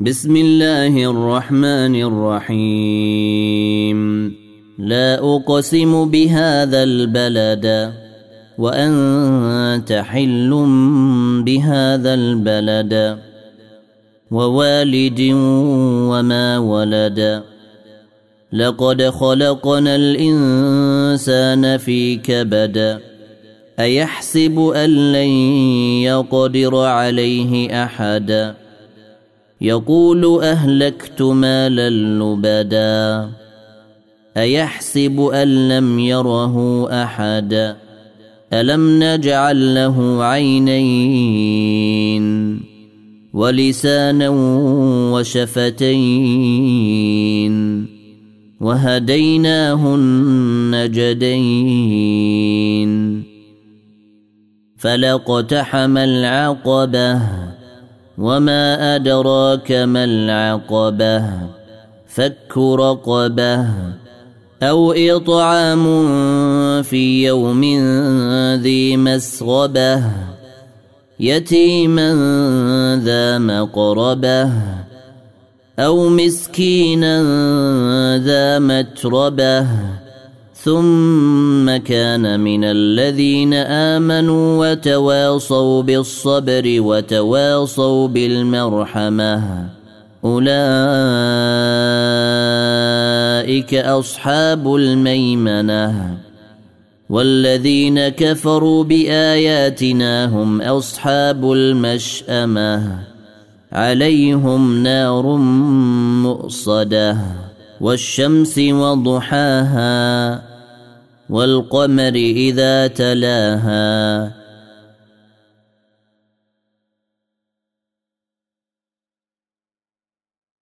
بسم الله الرحمن الرحيم لا أقسم بهذا البلد وأنت حل بهذا البلد ووالد وما ولد لقد خلقنا الإنسان في كبد أيحسب أن لن يقدر عليه أحد يقول أهلكت مالا لبدا أيحسب أن لم يره أحد ألم نجعل له عينين ولسانا وشفتين وهديناه النجدين فلاقتحم العقبة وما أدراك ما العقبة فك رقبة أو إطعام في يوم ذي مسغبة يتيما ذا مقربة أو مسكينا ذا متربة ثم كان من الذين آمنوا وتواصوا بالصبر وتواصوا بالمرحمة أولئك أصحاب الميمنة والذين كفروا بآياتنا هم أصحاب المشأمة عليهم نار مؤصدة والشمس وضحاها والقمر إذا تلاها